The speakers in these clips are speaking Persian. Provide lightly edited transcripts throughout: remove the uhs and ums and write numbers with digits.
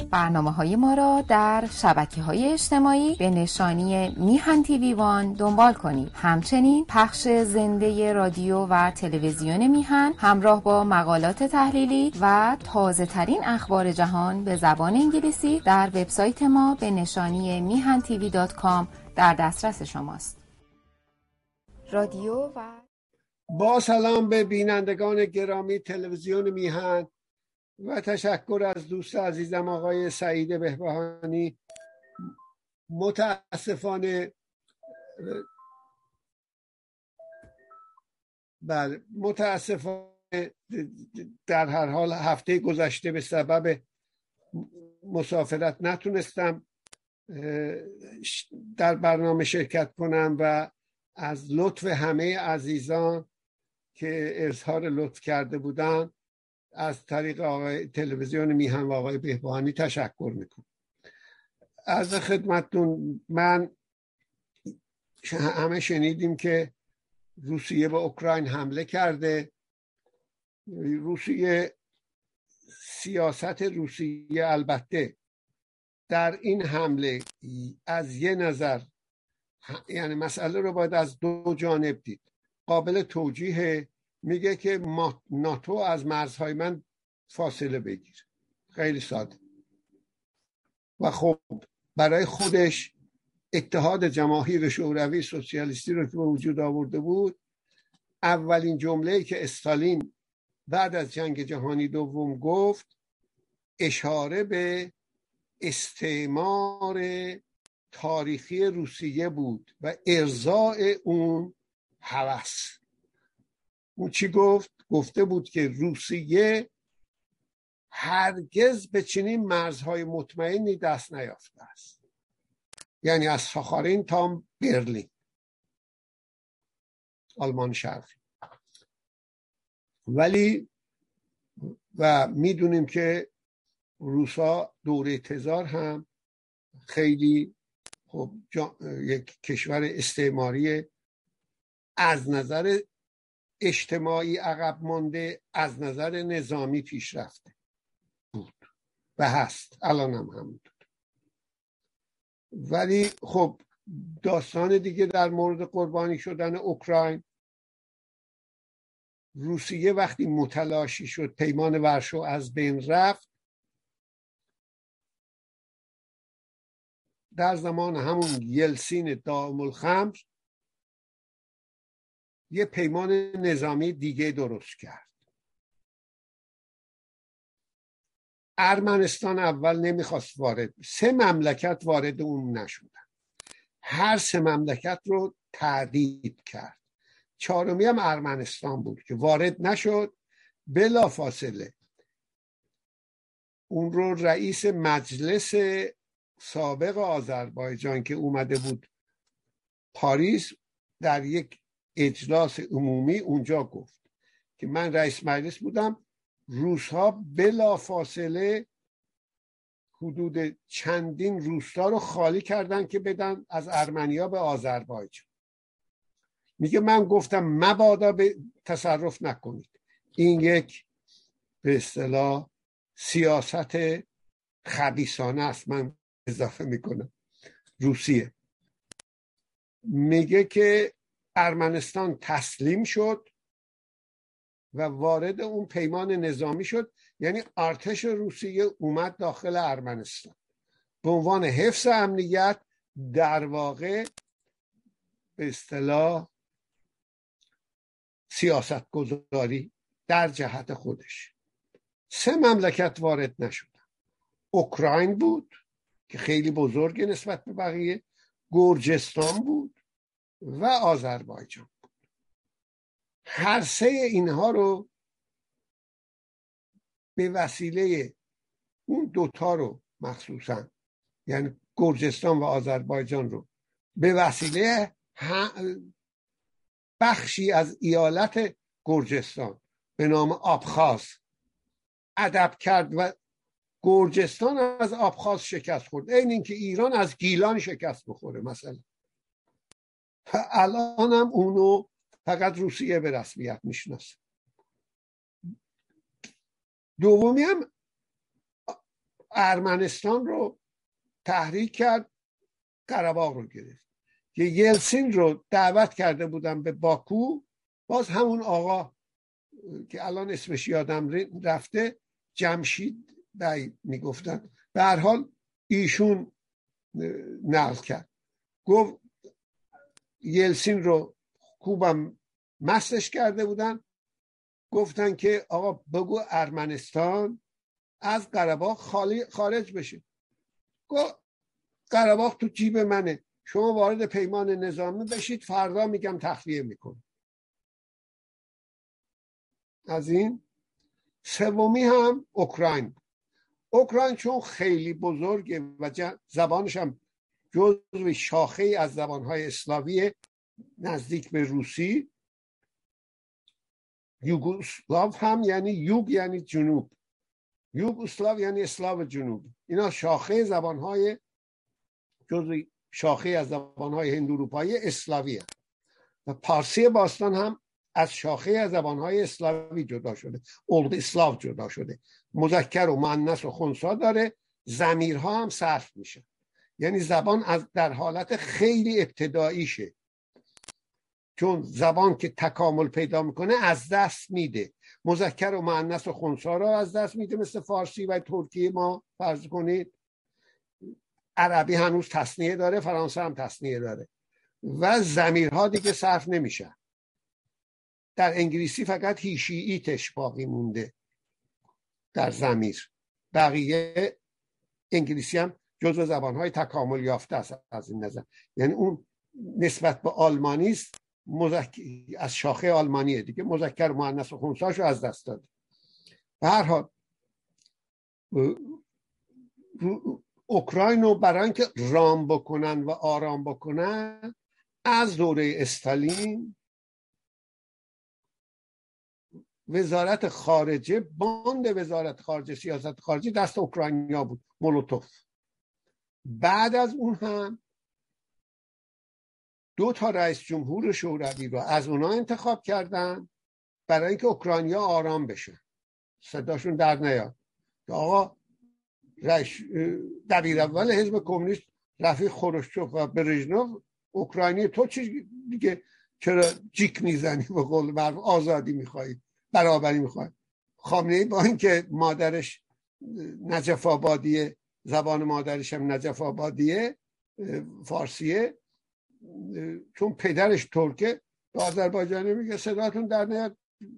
برنامه‌های ما را در شبکه‌های اجتماعی به نشانی میهن تیوی وان دنبال کنید. همچنین پخش زنده رادیو و تلویزیون میهن همراه با مقالات تحلیلی و تازه‌ترین اخبار جهان به زبان انگلیسی در وبسایت ما به نشانی mihantv.com در دسترس شماست. رادیو و با سلام به بینندگان گرامی تلویزیون میهن و تشکر از دوست عزیزم آقای سعید بهبهانی. متاسفانه در هر حال هفته گذشته به سبب مسافرت نتونستم در برنامه شرکت کنم و از لطف همه عزیزان که اظهار لطف کرده بودن از طریق آقای تلویزیون میهن و آقای بهبهانی تشکر میکنم. از خدمتتون، من همه شنیدیم که روسیه به اوکراین حمله کرده. سیاست روسیه البته در این حمله از یه نظر، یعنی مسئله رو باید از دو جانب دید. قابل توجیه، میگه که ناتو از مرزهای من فاصله بگیر. خیلی ساده. و خب برای خودش اتحاد جماهیر شوروی سوسیالیستی رو که به وجود آورده بود، اولین جمله‌ای که استالین بعد از جنگ جهانی دوم گفت اشاره به استعمار تاریخی روسیه بود و ارضاء اون هوس. اون چی گفت؟ گفته بود که روسیه هرگز به چنین مرزهای مطمئنی دست نیافته است، یعنی از ساخارین تا برلین، آلمان شرقی. ولی و میدونیم که روسا دوره تزار هم خیلی خب یک کشور استعماری از نظر اجتماعی عقب مانده، از نظر نظامی پیشرفته بود و هست، الان هم همونطور. ولی خب داستان دیگه در مورد قربانی شدن اوکراین، روسیه وقتی متلاشی شد، پیمان ورشو از بین رفت، در زمان همون یلسین دائم الخمر یه پیمان نظامی دیگه درست کرد. ارمنستان اول نمیخواست وارد، 3 مملکت وارد اون نشدن، هر 3 مملکت رو تهدید کرد. 4می هم ارمنستان بود که وارد نشد. بلا فاصله اون رو رئیس مجلس سابق آذربایجان که اومده بود پاریس در یک اجلاس عمومی اونجا گفت که من رئیس مجلس بودم، روس‌ها بلا فاصله حدود چندین روستا رو خالی کردن که بدن از ارمنیا به آذربایجان. میگه من گفتم مبادا به تصرف نکنید. این یک به اصطلاح سیاست خبیثانه است. من اضافه میکنم روسیه. میگه که ارمنستان تسلیم شد و وارد اون پیمان نظامی شد، یعنی ارتش روسیه اومد داخل ارمنستان به عنوان حفظ امنیت، در واقع به اصطلاح سیاست گذاری در جهت خودش. 3 مملکت وارد نشدن. اوکراین بود که خیلی بزرگ نسبت به بقیه، گرجستان بود و آذربایجان بود. هر 3 اینها رو به وسیله اون 2 رو مخصوصا، یعنی گرجستان و آذربایجان رو به وسیله بخشی از ایالت گرجستان به نام آبخاز ادب کرد و گرجستان از آبخاز شکست خورد. این که ایران از گیلان شکست بخوره مثلا. الان هم اونو فقط روسیه به رسمیت میشناسه. دومی هم ارمنستان رو تحریک کرد، قره‌باغ رو گرفت. یلسین رو دعوت کرده بودن به باکو، باز همون آقا که الان اسمش یادم رفته، جمشید بی میگفتن، به هر حال ایشون نقل کرد، گفت یلسین رو خوبم مستش کرده بودن، گفتن که آقا بگو ارمنستان از قره‌باغ خارج بشه. گفت قره‌باغ تو جیب منه، شما وارد پیمان نظامی بشید، فردا میگم تخلیه میکنم. از این سومی هم اوکراین. اوکراین چون خیلی بزرگه و زبانش هم جزو شاخه از زبانهای اسلاوی نزدیک به روسی، یوگوسلاو هم یعنی یوگ یعنی جنوب، یوگوسلاو یعنی اسلاو جنوب، اینا شاخه زبانهای جزو شاخه از زبانهای هندواروپایی اسلاوی هست. و پارسی باستان هم از شاخه از زبانهای اسلاوی جدا شده، اولد اسلاو جدا شده، مذکر و مؤنث و خنثی داره، ضمیرها هم صرف میشه، یعنی زبان در حالت خیلی ابتداییشه، چون زبان که تکامل پیدا میکنه از دست میده، مذکر و مؤنث و خنثی رو از دست میده، مثل فارسی و ترکی ما فرض کنید. عربی هنوز تثنیه داره، فرانسه هم تثنیه داره و ضمیرها دیگه صرف نمیشه. در انگلیسی فقط هیشی ایتش باقی مونده در ضمیر، بقیه انگلیسی هم جزو زبانهای تکامل یافته است از این نظر، یعنی اون نسبت به آلمانی است، از شاخه آلمانیه دیگه، مذکر مؤنث و خنثی‌شو از دست داده. به هر حال اوکراین رو برای اینکه رام بکنن و آرام بکنن، از دوره استالین وزارت خارجه، باند وزارت خارجه، سیاست خارجی دست اوکراینیا بود، مولوتوف. بعد از اون هم 2 رئیس جمهور شوروی رو از اونا انتخاب کردن برای اینکه اوکراینیا آرام بشن، صداشون در نیاد. آقا دبیر اول حزب کمونیست رفیق خروشچوف و برژنوف اوکراینی، تو چی دیگه، چرا جیک میزنی، به قول معروف آزادی میخوایی، برابری میخوایی. خامنه‌ای با اینکه مادرش نجف آبادیه، زبان مادرش هم نجف آبادیه فارسیه، چون پدرش ترکه، به آذربایجانی میگه صداتون در نیاد،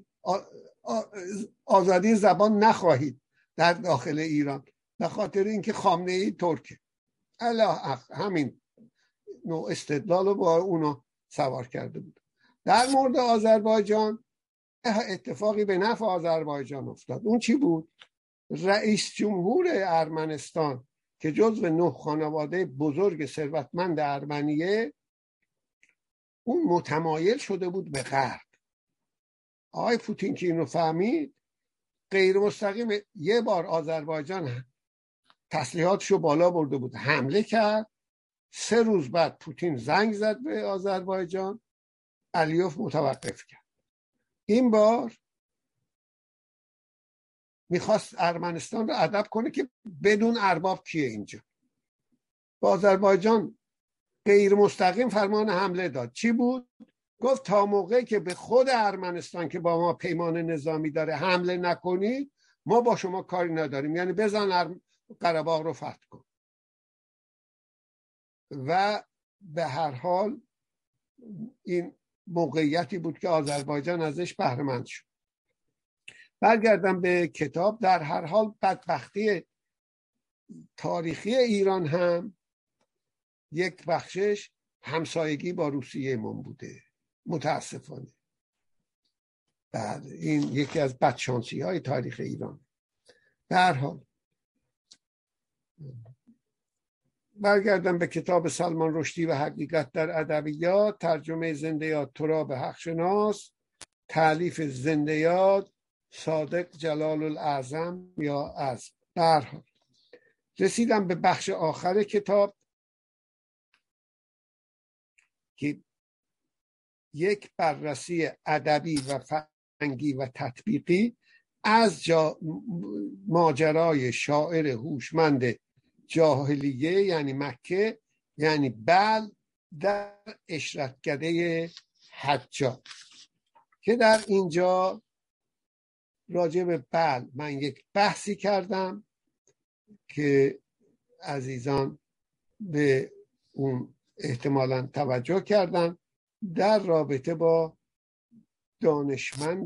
آزادی زبان نخواهید در داخل ایران، به خاطر اینکه خامنه‌ای ترکه. همین نوع استدلال رو با اونا سوار کرده بود. در مورد آذربایجان اتفاقی به نفع آذربایجان افتاد. اون چی بود؟ رئیس جمهور ارمنستان که جزو 9 خانواده بزرگ ثروتمند ارمنیه، اون متمایل شده بود به غرب. آقای پوتین که اینو فهمید، غیر مستقیم یه بار آذربایجان تسلیحاتشو بالا برده بود، حمله کرد. 3 روز بعد پوتین زنگ زد به آذربایجان، علیوف متوقف کرد. این بار میخواست ارمنستان رو ادب کنه که بدون ارباب کیه اینجا. به آذربایجان غیر مستقیم فرمان حمله داد. چی بود؟ گفت تا موقعی که به خود ارمنستان که با ما پیمان نظامی داره حمله نکنید، ما با شما کاری نداریم، یعنی بزن قره‌باغ رو فتح کن. و به هر حال این موقعیتی بود که آذربایجان ازش بهره مند شد. برگردم به کتاب. در هر حال بدبختی تاریخی ایران هم یک بخشش همسایگی با روسیه من بوده، متاسفانه. بعد این یکی از بدشانسی های تاریخ ایران. در حال برگردم به کتاب سلمان رشدی و حقیقت در ادبیات، ترجمه زنده یاد تراب حقشناس، تألیف زنده یاد صادق جلال الاعظم یا از. در حال رسیدم به بخش آخر کتاب که یک بررسی ادبی و فرهنگی و تطبیقی از ماجرای شاعر هوشمند جاهلیه یعنی مکه، یعنی بل در اشرتگده حجاج، که در اینجا راجع به بل من یک بحثی کردم که عزیزان به اون احتمالاً توجه کردن در رابطه با دانشمند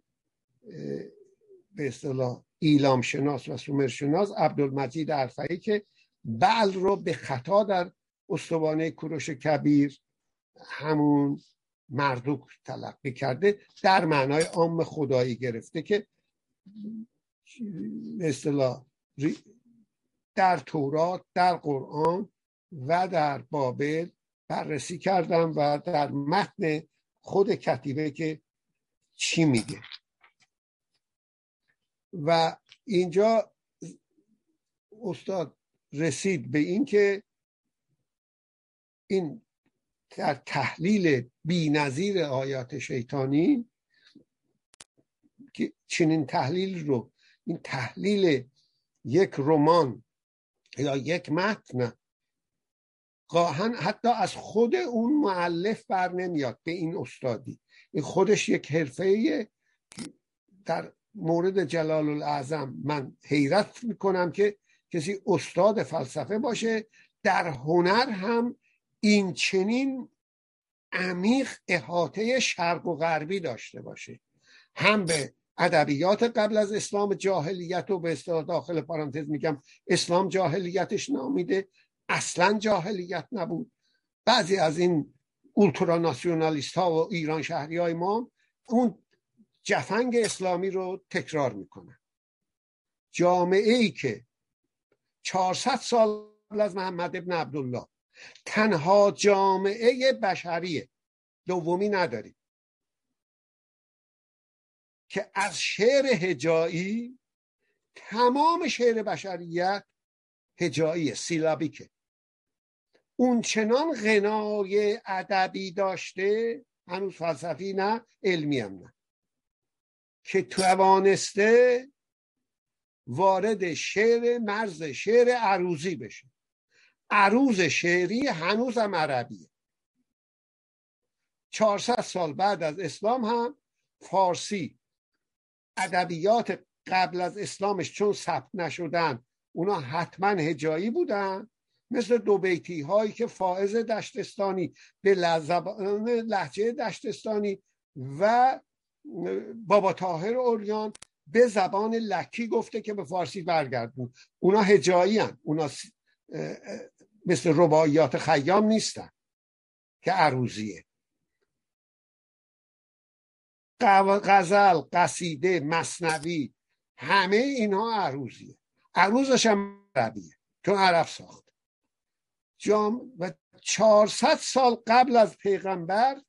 به اصطلاح ایلام شناس و سومر شناس عبدالمجید عرفعی که بل رو به خطا در استوانه کوروش کبیر همون مردوک تلقی کرده، در معنای عام خدایی گرفته که به اصطلاح در تورات، در قرآن و در بابل بررسی کردم و در متن خود کتیبه که چی میگه. و اینجا استاد رسید به این که این در تحلیل بی‌نظیر آیات شیطانی که چنین تحلیل رو، این تحلیل یک رمان یا یک متن گاهن حتی از خود اون مؤلف بر نمیاد به این استادی. این خودش یک حرفه‌ایه. در مورد جلال الاعظم من حیرت میکنم که کسی استاد فلسفه باشه در هنر هم این چنین عمیق احاطه شرق و غربی داشته باشه، هم به ادبیات قبل از اسلام جاهلیت و به اصطلاح داخل پرانتز میگم اسلام جاهلیتش نامیده، اصلا جاهلیت نبود. بعضی از این اولترا ناسیونالیست ها و ایران شهری های ما اون جفنگ اسلامی رو تکرار میکنن. جامعه ای که 400 سال قبل از محمد ابن عبدالله تنها جامعه بشریه، دومی نداریم، که از شعر هجایی تمام شعر بشریت هجایی سیلابیکه، اون چنان غنای ادبی داشته، هنوز فلسفی نه، علمی هم نه، که توانسته وارد شعر مرز شعر عروضی بشه. عروض شعری هنوز هم عربیه. 400 سال بعد از اسلام هم فارسی ادبیات قبل از اسلامش چون ثبت نشدن اونا حتما هجایی بودن، مثل دو بیتی هایی که فائز دشتستانی به لهجه دشتستانی و بابا طاهر عریان به زبان لکی گفته که به فارسی برگردون، اونا هجایی هن. اونا مثل رباعیات خیام نیستن که عروضیه. غزل، قصیده، مثنوی، همه اینها عروضیه. عروضش هم عربیه چون عرب ساخت. و 400 سال قبل از پیغمبر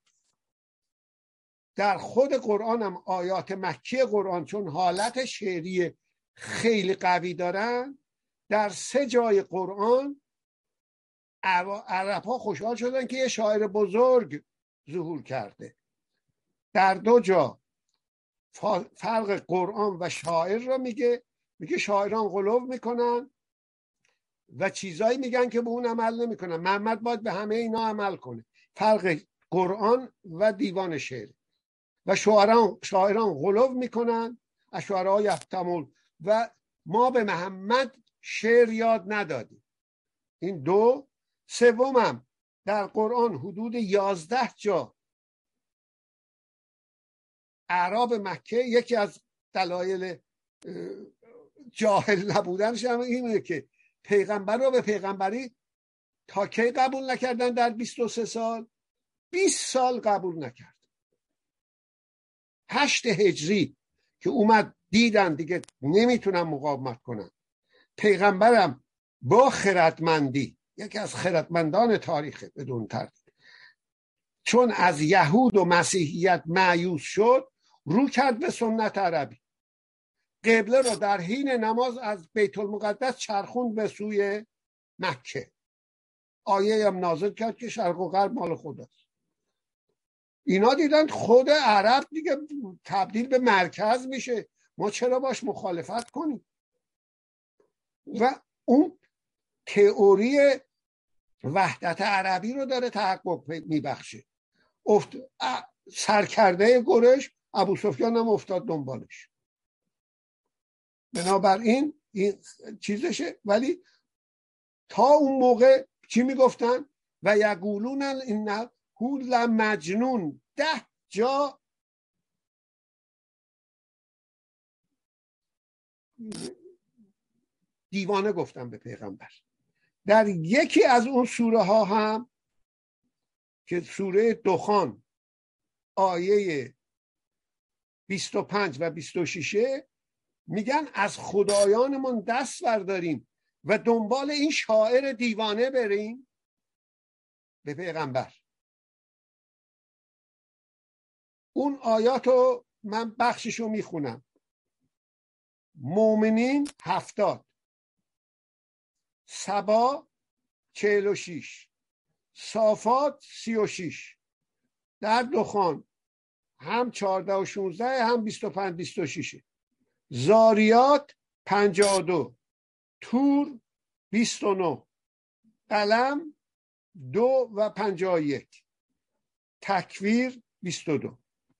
در خود قرآن هم آیات مکی قرآن چون حالت شعری خیلی قوی دارن، در 3 جای قرآن عرب ها خوشحال شدن که یه شاعر بزرگ ظهور کرده. در 2 جا فرق قرآن و شاعر رو میگه شاعران غلو میکنن و چیزایی میگن که به اون عمل نمیکنن. محمد باید به همه اینا عمل کنه. فرق قرآن و دیوان شعر. و شاعران غلو میکنن، اشعرای یحتمل، و ما به محمد شعر یاد ندادیم. این 2. سومم در قرآن حدود 11 جا اعراب مکه، یکی از دلایل جاهل نبودنش هم اینه که پیغمبر رو به پیغمبری تا کی قبول نکردن؟ در 23 سال 20 سال قبول نکرد. 8 هجری که اومد دیدن دیگه نمیتونن مقاومت کنن. پیغمبرم با خردمندی، یکی از خردمندان تاریخه بدون تردید، چون از یهود و مسیحیت مایوس شد، رو کرد به سنت عربی. قبله رو در حین نماز از بیت المقدس چرخوند به سوی مکه. آیه هم نازل کرد که شرق و غرب مال خداست. اینا دیدن خود عرب دیگه تبدیل به مرکز میشه، ما چرا باش مخالفت کنیم؟ و اون تئوری وحدت عربی رو داره تحقق میبخشه. سرکرده گرش ابو سفیان هم افتاد دنبالش. بنابراین این چیزشه. ولی تا اون موقع چی میگفتن؟ و یقولون این هو مجنون. 10 جا دیوانه گفتن به پیغمبر. در یکی از اون سوره ها هم که سوره دخان آیه 25 و 26 میگن از خدایانمون دست برداریم و دنبال این شاعر دیوانه بریم به پیغمبر. اون آیاتو من بخششو میخونم. مومنین 70، سبا 46، صافات 36، در دخان هم 14 و 16 هم 25 26، زاریات 52، تور 29، قلم 2 و 51، تکویر 22.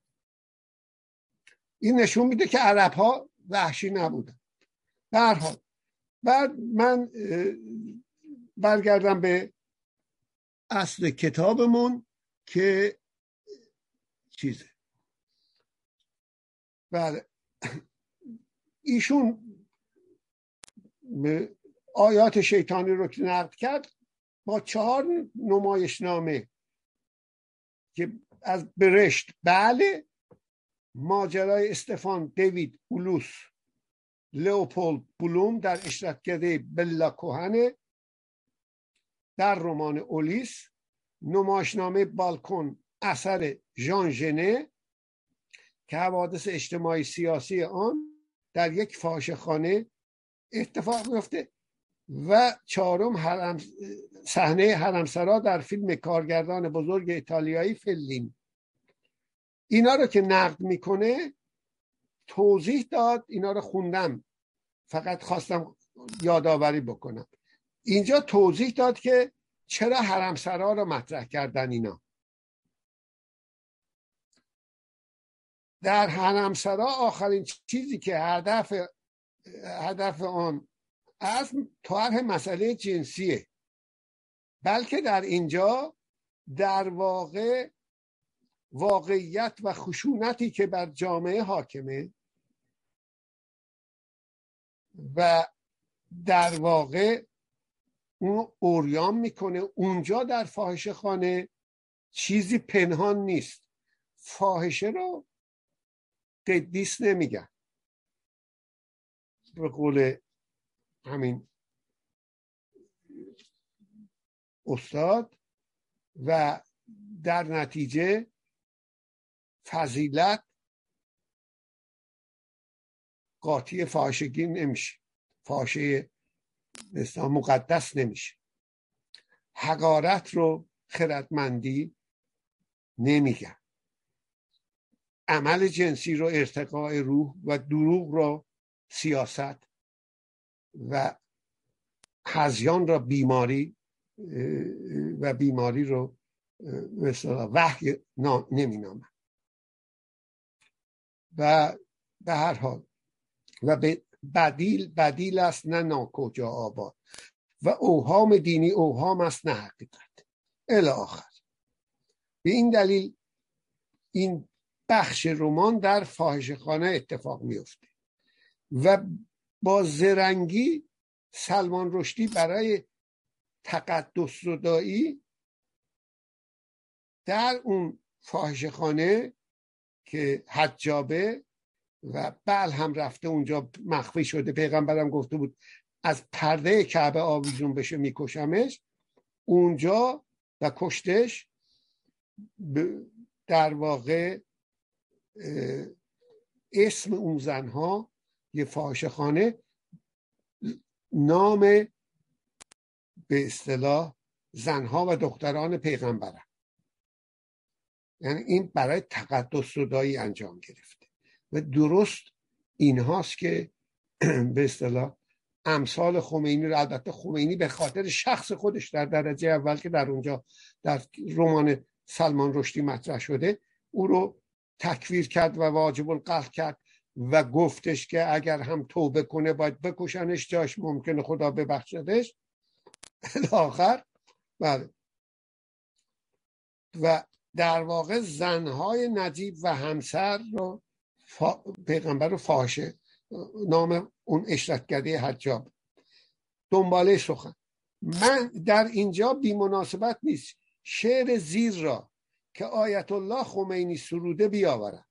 این نشون میده که عرب ها وحشی نبودن. به هر حال بعد من برگردم به اصل کتابمون که چیزه. بله، ایشون آیات شیطانی رو که نقد کرد با 4 نمایشنامه که از برشت، بله، ماجرای استفان دیوید اولوس، لئوپولد بلوم در اشرتگری بلا کوهنه، در رمان اولیس، نمایشنامه بالکن اثر ژان ژنه که حوادث اجتماعی سیاسی آن در یک فاحشه‌خانه اتفاق میفته، و 4 صحنه حرمسرا در فیلم کارگردان بزرگ ایتالیایی فلینی. اینا رو که نقد میکنه توضیح داد. اینا رو خوندم، فقط خواستم یادآوری بکنم. اینجا توضیح داد که چرا حرمسرا رو مطرح کردن. اینا در حرمسرا آخرین چیزی که هدف آن از طرح مسئله جنسیه، بلکه در اینجا در واقع واقعیت و خشونتی که بر جامعه حاکمه و در واقع اون اوریان میکنه. اونجا در فاحشه‌خانه چیزی پنهان نیست. فاحشه رو قدیس نمیگن به قول همین استاد، و در نتیجه فضیلت قاطی فاحشگی نمیشه، فاحشه اسلام مقدس نمیشه. حقارت رو خردمندی نمیگن، عمل جنسی رو ارتقاء روح و دروغ رو سیاست و هذیان را بیماری و بیماری رو مثلا وحی نمی نامن. و به هر حال و بدیل است نه ناکجا آباد، و اوهام دینی اوهام است نه حقیقت الی آخر. به این دلیل این بخش رمان در فاحشه‌خانه اتفاق میفته و با زرنگی سلمان رشدی برای تقدس زدایی در اون فاحشه‌خانه که حجابه و بل هم رفته اونجا مخفی شده، پیغمبرم گفته بود از پرده کعبه آویزون بشه میکشمش، اونجا و کشتش. در واقع اسم اون زنها یه فاحشه‌خانه، نام به اصطلاح زنها و دختران پیغمبرم، یعنی این برای تقدس زدایی انجام گرفته و درست این هاست که به اصطلاح امثال خمینی رو، البته خمینی به خاطر شخص خودش در درجه اول که در اونجا در رمان سلمان رشدی مطرح شده، او رو تکفیر کرد و واجب القتل کرد و گفتش که اگر هم توبه کنه باید بکشنش، جاش ممکنه خدا ببخشدش آخر. بله. و در واقع زنهای نجیب و همسر رو پیغمبر رو فاحشه، نام اون اشرتگری حجاب. دنباله سخن من در اینجا بی مناسبت نیست شعر زیر را که آیت الله خمینی سروده بیاورم.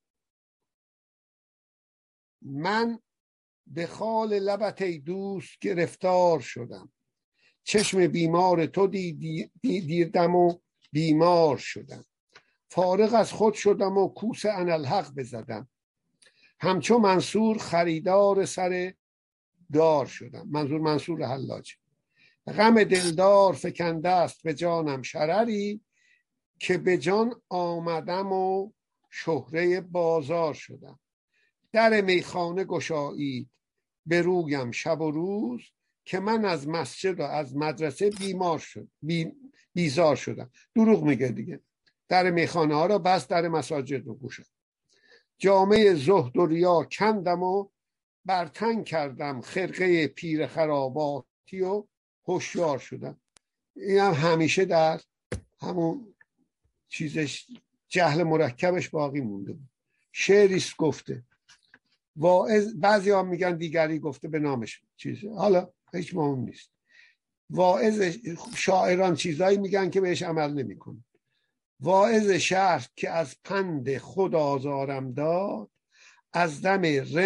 من به خال لبت ای دوست گرفتار شدم، چشم بیمار تو دیدم و بیمار شدم، فارغ از خود شدم و کوس انالحق بزدم، همچو منصور خریدار سر دار شدم. منظور منصور حلاج. غم دلدار فکنده است به جانم شرری، که به جان آمدم و شهره بازار شدم. در میخانه گشایید به رویم شب و روز، که من از مسجد و از مدرسه بیزار شدم. دروغ میگه دیگه. در میخانه ها را بس، در مساجد رو گشاد. جامعه زهد و ریا کندم و برتن کردم، خرقه پیر خراباتی و هوشیار شدم. این هم همیشه در همون چیزش جهل مرکبش باقی مونده بود. شعریست گفته، واعظ، بعضی ها میگن دیگری گفته به نامش چیزه، حالا هیچ مهم نیست. واعظ، شاعران چیزایی میگن که بهش عمل نمیکنه. واعظ شهر که از پند خود آزارم داد، از دم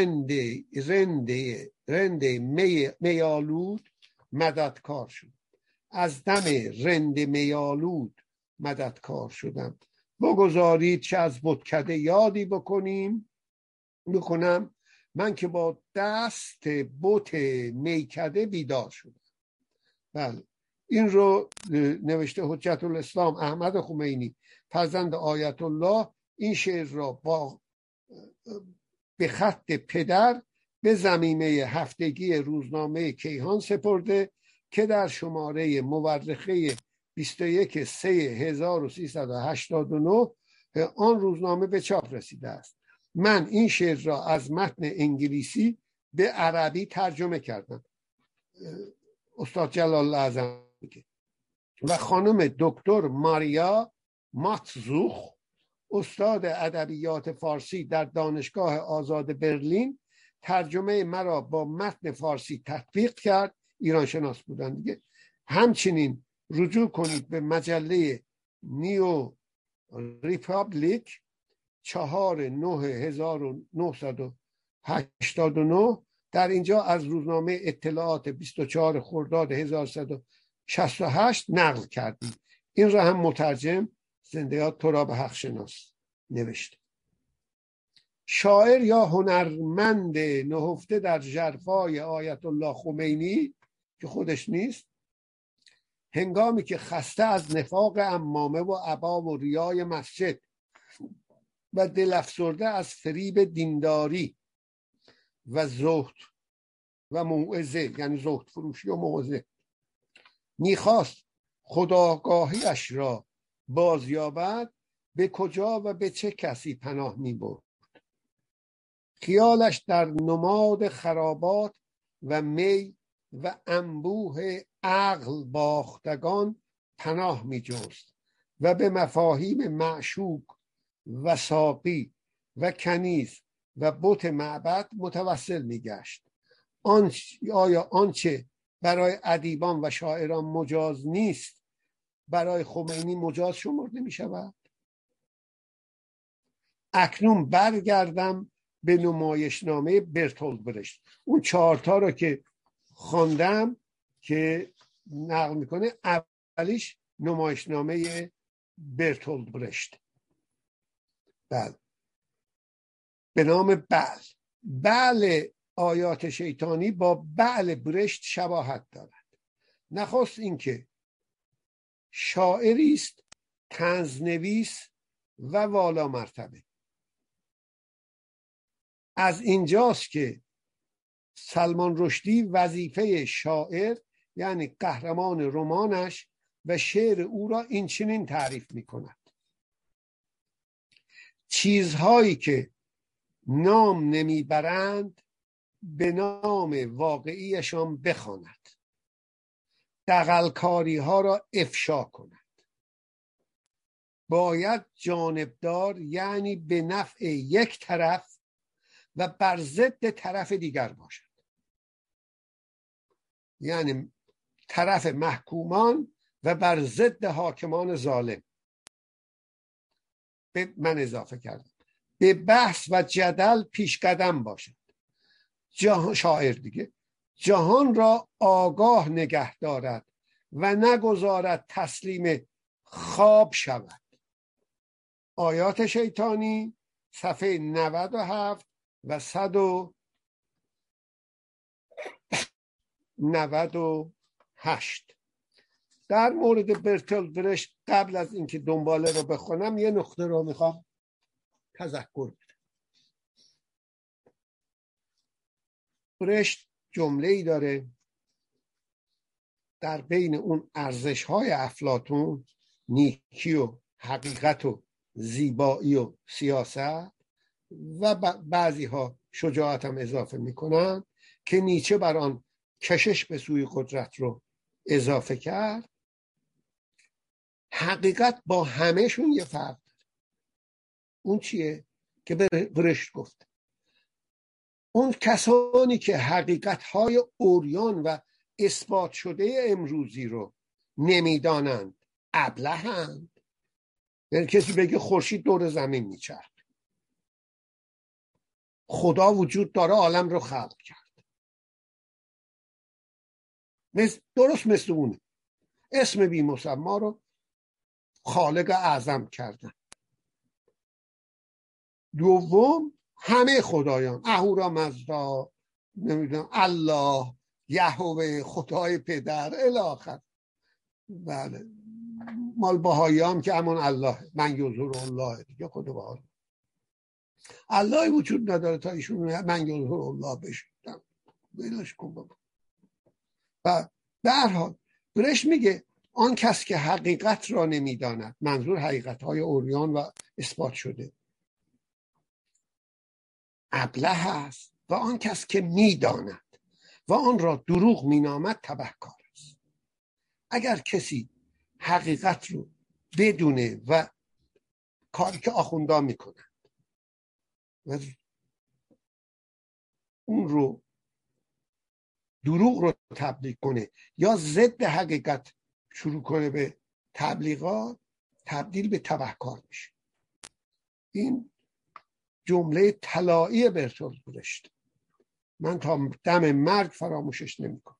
رند میالود مددکار شد. از دم رند میالود مددکار شدم. بگذارید که از بتکده یادی بکنم، من که با دست بت میکده بیدار شدم. بله، این رو نوشته حجت الاسلام احمد خمینی فرزند آیت الله. این شعر را به خط پدر به ضمیمه هفتگی روزنامه کیهان سپرده که در شماره مورخه 21/3/1389 آن روزنامه به چاپ رسیده است. من این شعر را از متن انگلیسی به عربی ترجمه کردم، استاد جلال اعظم و خانم دکتر ماریا ماتزوخ استاد ادبیات فارسی در دانشگاه آزاد برلین ترجمه مرا با متن فارسی تطبیق کرد. ایران شناس بودن دیگه. همچنین رجوع کنید به مجله نیو ریپابلیک 4/9/1989. در اینجا از روزنامه اطلاعات 24 خرداد 1168 نقل کردیم. این را هم مترجم زنده یاد تراب حق شناس نوشته. شاعر یا هنرمند نهفته در ژرفای آیت الله خمینی که خودش نیست، هنگامی که خسته از نفاق عمامه و عبا و ریای مسجد و دل افسرده از فریب دینداری و زهد و موعظه، یعنی زهد فروشی و موعظه، میخواست خودآگاهیش را بازیابد، به کجا و به چه کسی پناه میبرد؟ خیالش در نماد خرابات و می و انبوه عقل باختگان پناه میجست و به مفاهیم معشوق و ساقی و کنیز و بت معبد متوسل میگشت. آیا آنچه برای ادیبان و شاعران مجاز نیست برای خمینی مجاز شمرده می شود؟ اکنون برگردم به نمایشنامه برتولد برشت. اون 4 تا رو که خواندم که نقل میکنه، اولیش نمایشنامه برتولد برشت. بله، به نام بل آیات شیطانی با بل برشت شباهت دارد. نخست اینکه شاعری است طنزنویس و والا مرتبه. از اینجاست که سلمان رشدی وظیفه شاعر یعنی قهرمان رمانش و شعر او را این چنین تعریف می کند: چیزهایی که نام نمیبرند به نام واقعیشان بخواند، دغلکاری ها را افشا کند. باید جانبدار یعنی به نفع یک طرف و بر ضد طرف دیگر باشد، یعنی طرف محکومان و بر ضد حاکمان ظالم. من اضافه کردم به بحث و جدل پیش قدم باشد. شاعر دیگه جهان را آگاه نگه دارد و نگذارد تسلیم خواب شود. آیات شیطانی صفحه 97 و 198. در مورد برتولت برشت قبل از اینکه دنباله رو بخونم یه نقطه رو میخوام تذکر بدم. برشت جمله‌ای داره در بین اون ارزش‌های افلاطون، نیکی و حقیقت و زیبایی و سیاست و بعضی ها شجاعت هم اضافه میکنن که نیچه بر آن کشش به سوی قدرت رو اضافه کرد. حقیقت با همهشون یه فرق داره. اون چیه که برشت گفت؟ اون کسانی که حقیقت‌های عریان و اثبات شده امروزی رو نمیدانند ابلهند. یعنی کسی بگه خورشید دور زمین میچرخه، خدا وجود داره، عالم رو خلق کرد، درست مثل اونه، اسم بی مسما رو خالق اعظم کردن. دوم، همه خدایان، اهورا مزدا، نمیدونم الله، یهوه، خدای پدر الی آخر. بله، مال بهایی هم که همون الله، من یظهر الله دیگه، خود بهایی الله وجود نداره تا ایشون من یظهر الله بشودم بلش کن بابا. و به هر حال برشت میگه آن کس که حقیقت را نمیداند، منظور حقیقت های عریان و اثبات شده، ابله است، و آن کس که میداند و آن را دروغ مینامد تبهکار است. اگر کسی حقیقت رو بدونه و کاری که آخوندا میکنن و اون رو دروغ رو تبلیغ کنه یا ضد حقیقت شروع کنه به تبلیغات، تبدیل به تبهکار میشه. این جمله طلایی برتولت برشت، من تا دم مرگ فراموشش نمیکنم.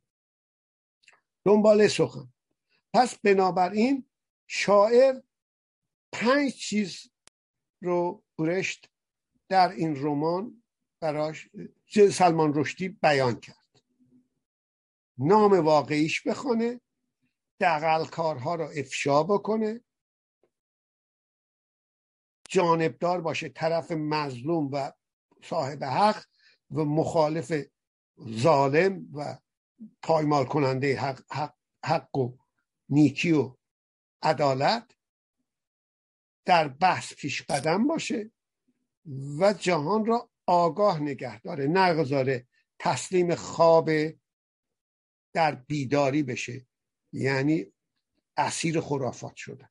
دنباله سخن. پس بنابراین شاعر 5 چیز رو برشت در این رمان براش سلمان رشدی بیان کرد: نام واقعیش بخونه، دغلکارها رو افشا بکنه، جانبدار باشه، طرف مظلوم و صاحب حق و مخالف ظالم و پایمال کننده حق و نیکی و عدالت، در بحث پیش قدم باشه و جهان را آگاه نگه داره، نگذاره تسلیم خواب در بیداری بشه، یعنی اسیر خرافات شده.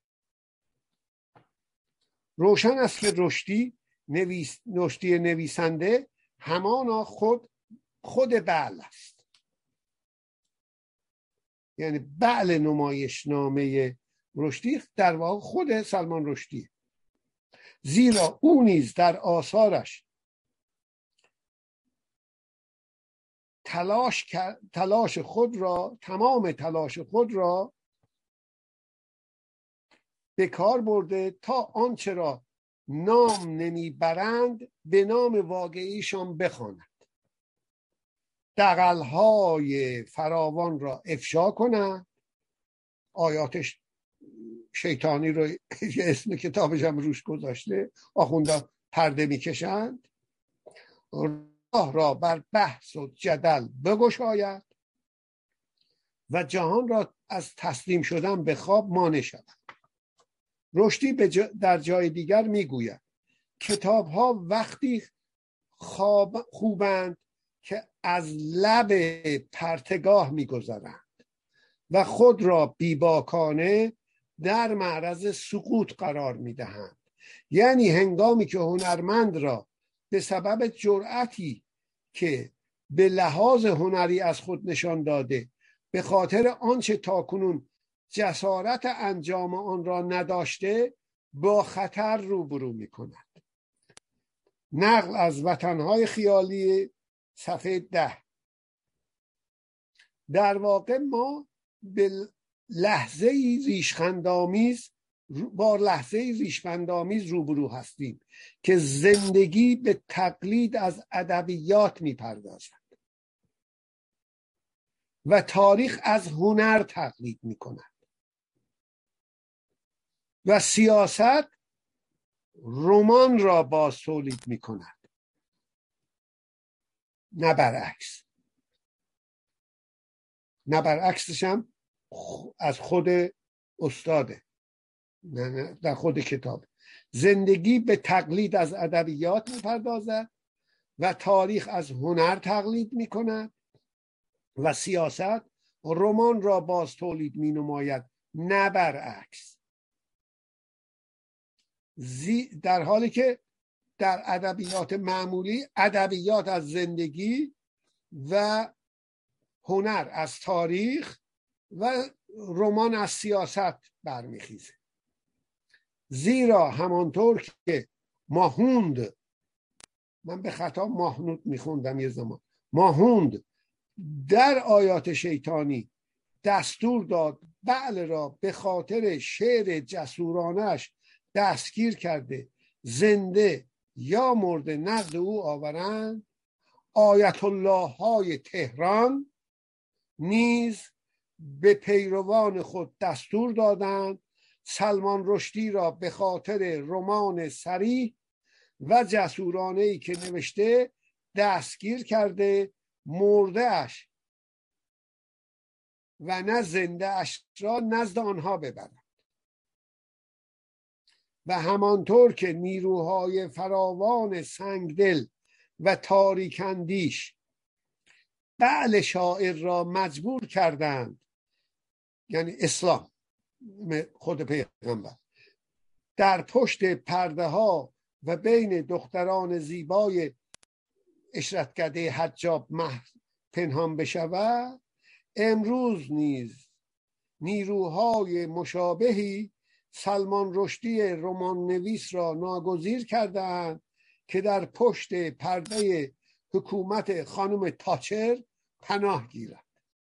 روشن است که رشدی نویسنده همانا خود بعل است، یعنی بعل نمایشنامه رشدی در واقع خود سلمان رشدی، زیرا او نیز در آثارش تمام تلاش خود را به کار برده تا آنچه را نام نمیبرند به نام واقعیشان بخواند، دغل‌های فراوان را افشا کنند. آیاتش شیطانی رو اسم کتابش هم روش گذاشته، آخونده پرده میکشند. راه را بر بحث و جدل بگشاید و جهان را از تسلیم شدن به خواب مانع شود. رشدی در جای دیگر میگوید کتاب ها وقتی خوبند که از لب پرتگاه میگذرند و خود را بیباکانه در معرض سقوط قرار میدهند. یعنی هنگامی که هنرمند را به سبب جرأتی که به لحاظ هنری از خود نشان داده به خاطر آنچه تاکنون جسارت انجام آن را نداشته با خطر روبرو می کند. نقل از وطنهای خیالی صفحه 10. در واقع ما با لحظه ریشخندآمیز روبرو هستیم که زندگی به تقلید از ادبیات میپردازد و تاریخ از هنر تقلید میکند و سیاست رمان را باز تولید میکند، نه برعکس. نه برعکسش هم از خود استاده، نه در خود کتاب. زندگی به تقلید از ادبیات میپردازد و تاریخ از هنر تقلید میکند و سیاست رمان را باز تولید مینماید، نه برعکس. در حالی که در ادبیات معمولی ادبیات از زندگی و هنر از تاریخ و رمان از سیاست برمیخیزه. زیرا همانطور که ماهوند، من به خطا ماهنود میخوندم یه زمان، ماهوند در آیات شیطانی دستور داد بعل را به خاطر شعر جسورانش دستگیر کرده زنده یا مرده نزد او آورند، آیت الله های تهران نیز به پیروان خود دستور دادند سلمان رشدی را به خاطر رمان صریح و جسورانه‌ای که نوشته دستگیر کرده، مرده اش و نه زنده اش را نزد آنها ببرند. و همانطور که نیروهای فراوان سنگدل و تاریکندیش بعل شاعر را مجبور کردند، یعنی اسلام خود پیغمبر، در پشت پرده ها و بین دختران زیبای اشرتکده حجاب پنهان بشود، امروز نیز نیروهای مشابهی سلمان رشدی رمان نویس را ناگزیر کردند که در پشت پرده حکومت خانم تاچر پناه گیرد.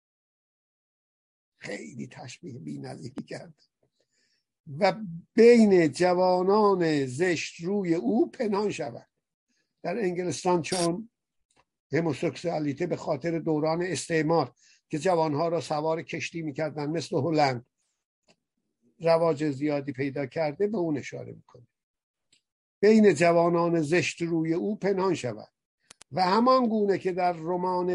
خیلی تشبیه بی‌نظیری کرد. و بین جوانان زشت روی او پنهان شود. در انگلستان چون هموسکسوالیته به خاطر دوران استعمار که جوانها را سوار کشتی میکردن مثل هلند رواج زیادی پیدا کرده، به اون اشاره میکنه. بین جوانان زشت روی او پنهان شود. و همان گونه که در رمان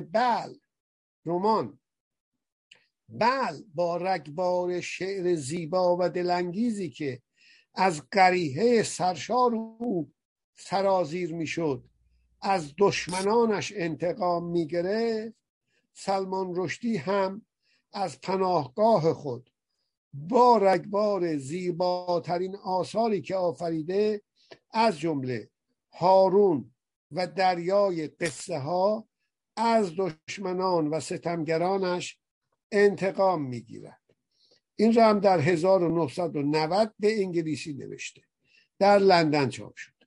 بل با رگبار شعر زیبا و دلانگیزی که از قریحه سرشار او سرازیر میشد از دشمنانش انتقام میگرفت، سلمان رشدی هم از پناهگاه خود با رگبار زیباترین آثاری که آفریده از جمله هارون و دریای قصه ها از دشمنان و ستمگرانش انتقام میگیرد. این را هم در 1990 به انگلیسی نوشته، در لندن چاپ شد.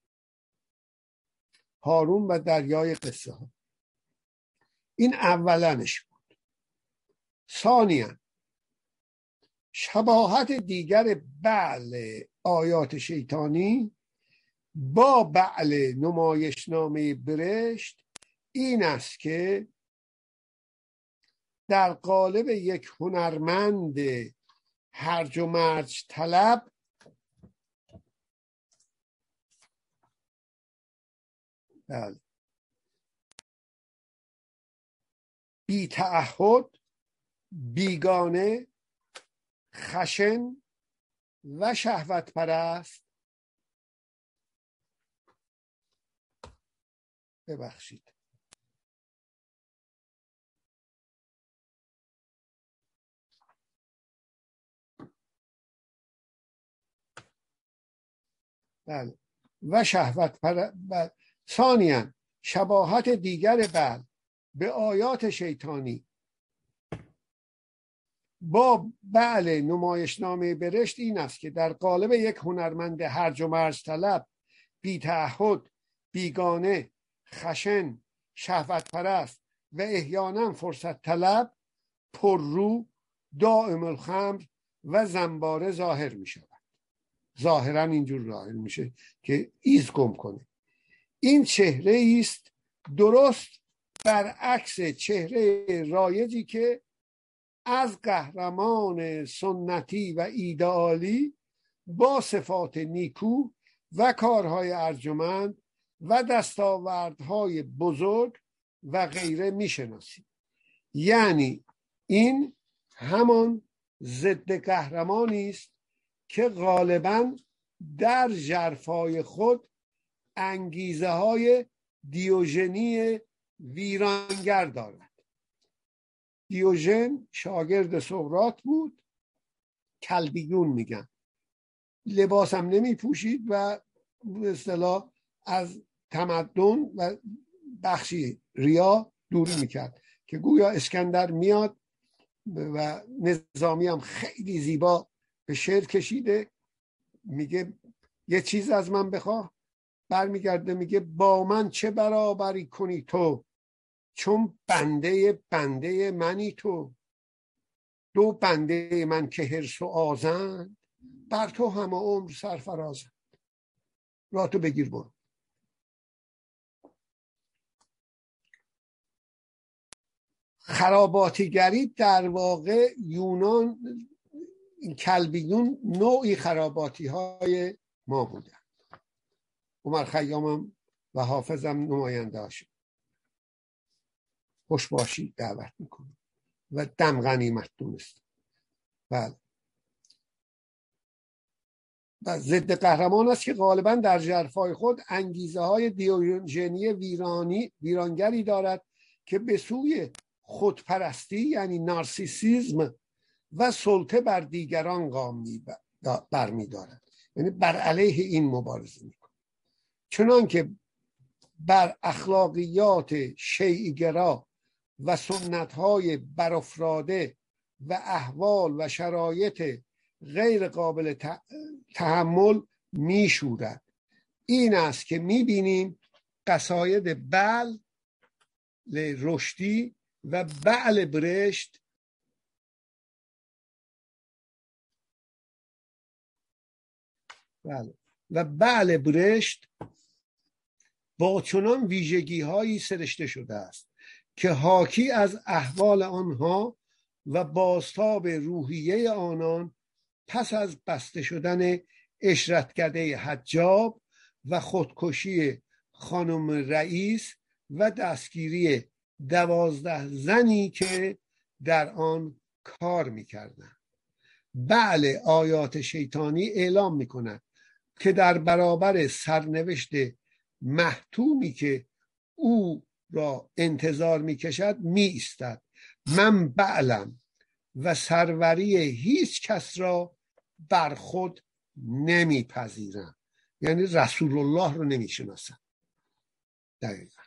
هارون و دریای قصه ها. این اولنش بود. ثانیاً شباهت دیگر بعل آیات شیطانی با بعل نمایشنامه برشت این است که در قالب یک هنرمند هرج و مرج طلب بی تعهد، بیگانه، خشن و شهوت پرست. ببخشید، بله، و شهوت پرست. ثانیاً شباهت دیگر به آیات شیطانی با بعل نمایشنامه برشت این است که در قالب یک هنرمند هرج و مرج طلب، بی تعهد، بیگانه، خشن، شهوت پرست و احیانا فرصت طلب، پررو، دائم الخمر و زنباره ظاهر می شود. ظاهرا اینجور ظاهر میشه که ایز گم کنه. این چهره است درست برعکس چهره رایجی که از قهرمان سنتی و ایدئالی با صفات نیکو و کارهای ارجمند و دستاوردهای بزرگ و غیره میشناسیم. یعنی این همان ضد قهرمانی است که غالباً در ژرفای خود انگیزه های دیوژنی ویرانگر دارد. دیوژن شاگرد سقراط بود، کلبیون میگن، لباس هم نمی پوشید و به اصطلاح از تمدن و بخشی ریا دوری میکرد که گویا اسکندر میاد و نظامی هم خیلی زیبا به شعر کشیده، میگه یه چیز از من بخواه، برمیگرده میگه با من چه برابری کنی تو، چون بنده منی تو، دو بنده من که حرص و آزند، بر تو همه عمر سرفرازند. راه تو بگیر برو. خراباتیگری در واقع یونان، کلبیون نوعی خراباتی های ما بودن. عمر خیامم و حافظم نماینده هاشون. خوش باشید دعوت میکنم و دم غنیمت دونست. بله، و ضد قهرمان است که غالبا در ژرفای خود انگیزه های دیوژنی ویرانگری دارد که به سوی خودپرستی یعنی نارسیسیزم و سلطه بر دیگران گام برمی‌دارد. یعنی بر علیه این مبارزه میکنه، چنان که بر اخلاقیات شیعی‌گرا و سنت‌های برافراده و احوال و شرایط غیر قابل تحمل میشورد. این است که میبینیم قصاید بعل رشدی و بعل برشت و بعل برشت با چنان ویژگی هایی سرشته شده است که حاکی از احوال آنها و بازتاب روحیه آنان پس از بسته شدن اشرتکده حجاب و خودکشی خانم رئیس و دستگیری 12 زنی که در آن کار می‌کردند. بله، آیات شیطانی اعلام می‌کند که در برابر سرنوشت محتومی که او را انتظار می‌کشد می‌ایستد. من بعلم و سروری هیچ کس را بر خود نمیپذیرم. یعنی رسول الله رو نمیشناسم دقیقا،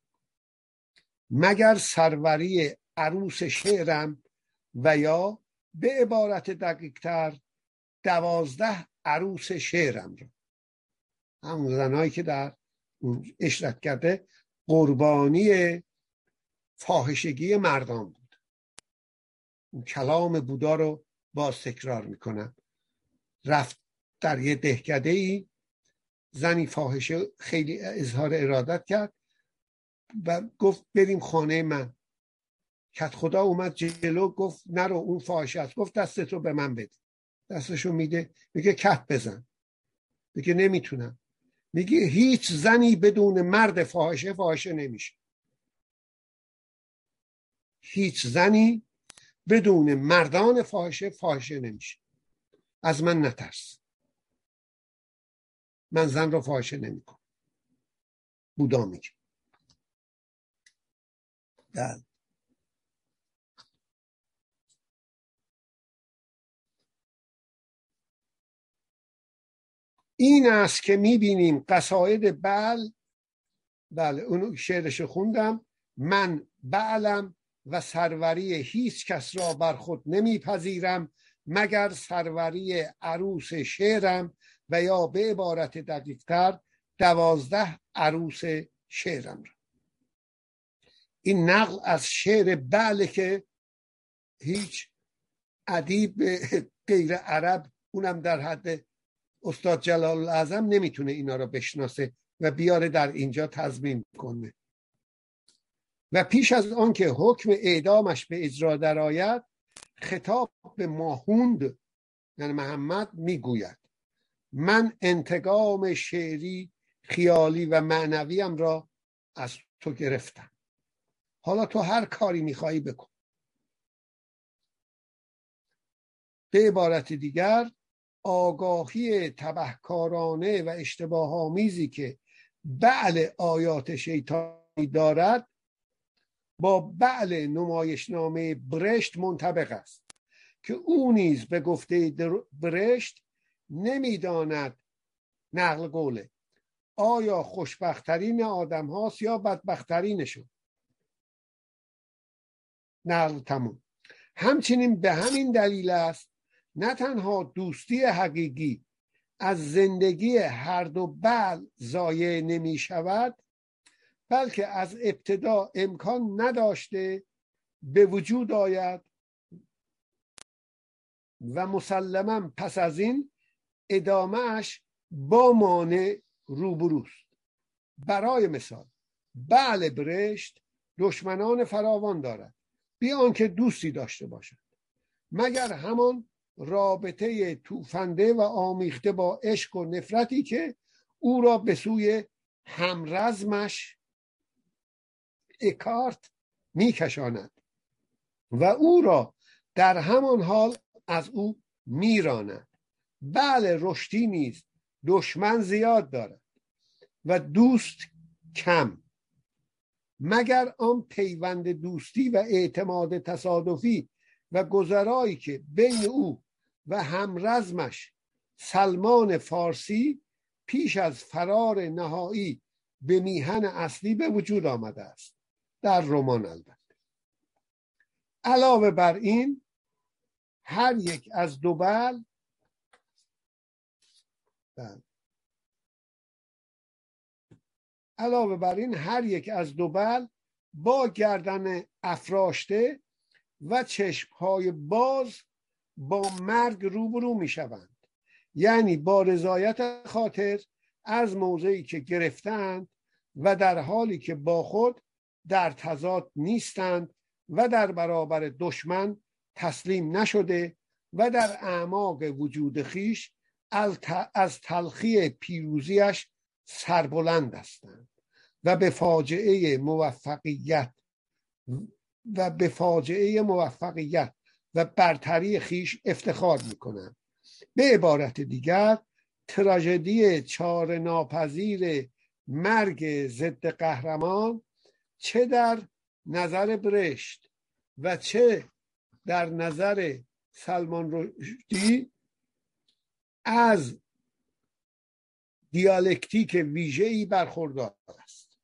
مگر سروری عروس شعرم و یا به عبارت دقیق تر 12 عروس شعرم رو، همون زنهایی که در اشرت کرده قربانی فاحشگی مردان بود. اون کلام بودا رو باز تکرار میکنم. رفت در یه دهکده‌ای، زنی فاحشه خیلی اظهار ارادت کرد و گفت بریم خانه من. کت خدا اومد جلو، گفت نرو اون فاحشه است. گفت دستت رو به من بده. دستشو میده، میگه کت بزن. میگه نمیتونم. میگه هیچ زنی بدون مرد فاحشه نمیشه. هیچ زنی بدون مردان فاحشه نمیشه. از من نترس، من زن رو فاحشه نمیکنم. بودا میگه. این است که میبینیم قصاید بله اون شعرشو خوندم. من بعلم و سروری هیچ کس را بر خود نمیپذیرم مگر سروری عروس شعرم و یا به عبارت دقیق‌تر 12 عروس شعرم را. این نقل از شعر بعله که هیچ ادیب غیر عرب، اونم در حد استاد جلال الاعظم، نمیتونه اینا را بشناسه و بیاره در اینجا تضمین کنه. و پیش از آن که حکم اعدامش به اجرا درآید خطاب به ماهوند یعنی محمد میگوید من انتقام شعری، خیالی و معنویم را از تو گرفتم. حالا تو هر کاری میخوایی بکن. به عبارت دیگر آگاهی تبهکارانه و اشتباه آمیزی که بعل آیات شیطانی دارد با بعل نمایشنامه برشت منطبق است که او نیز به گفته برشت نمیداند نقل قوله آیا خوشبختترین آدم هاست یا بدبختترینشون. نقل تموم. همچنین به همین دلیل است نه تنها دوستی حقیقی از زندگی هر دو بعل ضایع نمی شود بلکه از ابتدا امکان نداشته به وجود آید و مسلماً پس از این ادامهش با مانع روبروست. برای مثال بعل برشت دشمنان فراوان دارد بی آنکه دوستی داشته باشد مگر همان رابطه توفنده و آمیخته با عشق و نفرتی که او را به سوی همرزمش اکارت میکشاند و او را در همان حال از او میراند. بله رشدی نیز دشمن زیاد دارد و دوست کم مگر آن پیوند دوستی و اعتماد تصادفی و گذرایی که بین او و همرزمش سلمان فارسی پیش از فرار نهایی به میهن اصلی به وجود آمده است در رمان. البته علاوه بر این هر یک از دو بعل با گردن افراشته و چشمهای باز با مرگ روبرو می شوند. یعنی با رضایت خاطر از موضعی که گرفتند و در حالی که با خود در تضاد نیستند و در برابر دشمن تسلیم نشده و در اعماق وجود خیش از تلخی پیروزیش سربلند هستند و به فاجعه موفقیت و برتری خیش افتخار میکنند. به عبارت دیگر تراژدی چاره ناپذیر مرگ ضد قهرمان چه در نظر برشت و چه در نظر سلمان رشدی از دیالکتیک ویژه‌ای برخوردار است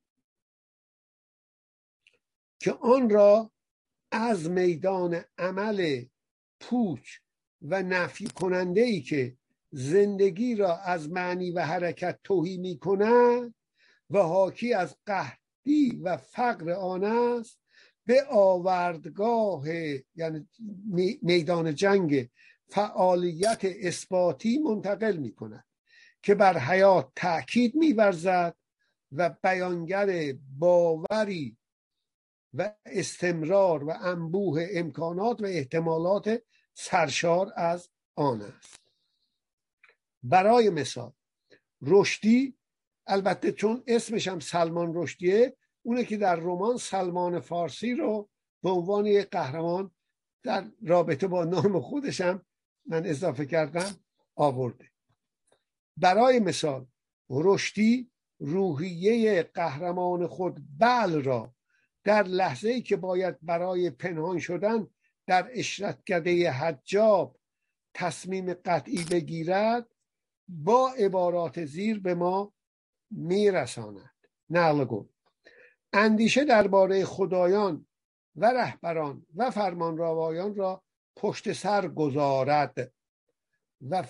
که آن را از میدان عمل پوچ و نفی کننده‌ای که زندگی را از معنی و حرکت تهی می‌کند و حاکی از قحطی و فقر آن است به آوردگاه یعنی میدان جنگ فعالیت اثباتی منتقل می‌کند که بر حیات تأکید می‌ورزد و بیانگر باوری و استمرار و انبوه امکانات و احتمالات سرشار از آن است. برای مثال رشدی، البته چون اسمش هم سلمان رشدیه، اونه که در رمان سلمان فارسی رو به عنوان یک قهرمان در رابطه با نام خودشم من اضافه کردم آورده. برای مثال رشدی روحیه قهرمان خود بعل را در لحظه‌ای که باید برای پنهان شدن در عشرتکده حجاب تصمیم قطعی بگیرد با عبارات زیر به ما میرساند. نقل گفت اندیشه درباره خدایان و رهبران و فرمانروایان را پشت سر گذارد و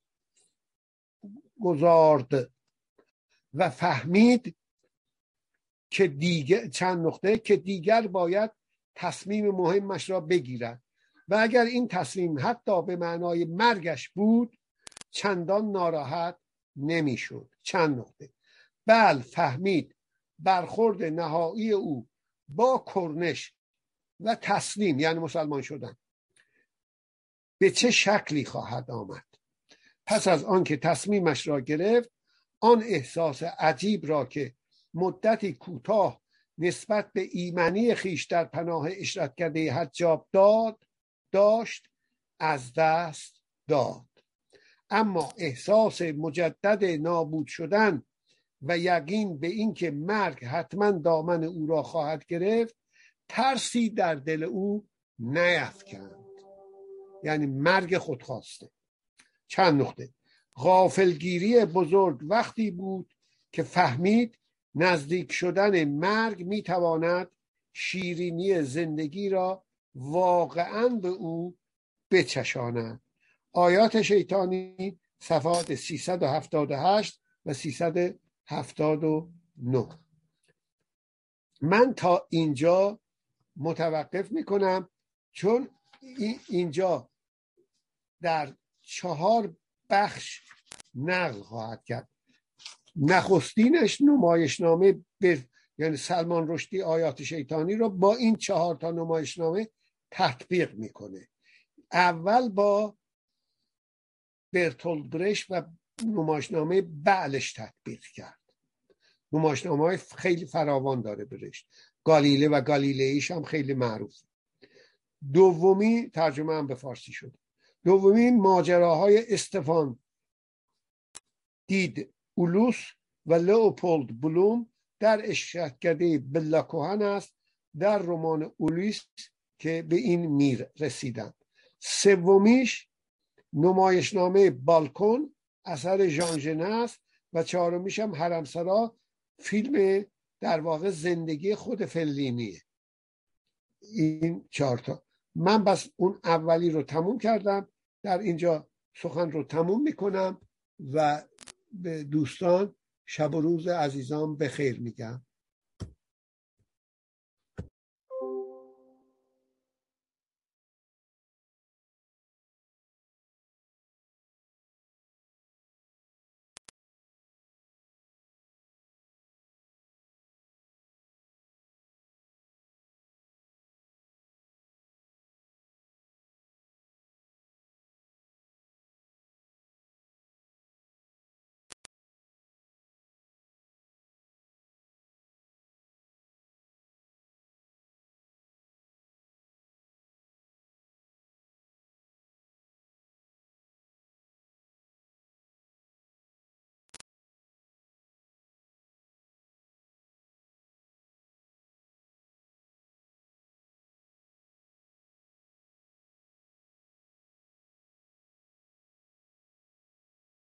فهمید که دیگر چند نقطه که دیگر باید تصمیم مهمش را بگیرد و اگر این تصمیم حتی به معنای مرگش بود چندان ناراحت نمیشد. چند نقطه. بل فهمید برخورد نهایی او با کرنش و تسلیم یعنی مسلمان شدن به چه شکلی خواهد آمد. پس از آنکه تصمیمش را گرفت آن احساس عجیب را که مدتی کوتاه نسبت به ایمنی خیش در پناه عشرتکده حجاب داشت از دست داد. اما احساس مجدد نابود شدن و یقین به این که مرگ حتما دامن او را خواهد گرفت ترسی در دل او نیفکند، یعنی مرگ خودخواسته. چند نقطه. غافلگیری بزرگ وقتی بود که فهمید نزدیک شدن مرگ میتواند شیرینی زندگی را واقعا به او بچشاند. آیات شیطانی صفحات 378 و 379. من تا اینجا متوقف میکنم چون اینجا در 4 بخش نقل خواهد کرد. نخستینش نمایشنامه یعنی سلمان رشدی آیات شیطانی رو با این 4 تا نمایشنامه تطبیق میکنه. اول با برتولد برشت و نمایشنامه بعلش تطبیق کرد. نمایشنامه های خیلی فراوان داره برشت. گالیله و گالیلیش هم خیلی معروف. دومی ترجمه هم به فارسی شده. دومی ماجراهای استفان دید اولوس و لئوپولد بلوم در عشرتکده بلا کهن است در رمان اولیس که به این میر رسیدند. سومیش نمایشنامه بالکن اثر ژان ژنه است و چهارمیش هم حرمسرا فیلم در واقع زندگی خود فلینیه. این 4 تا. من بس اون اولی رو تموم کردم. در اینجا سخن رو تموم میکنم و به دوستان شب و روز عزیزان بخیر میگم.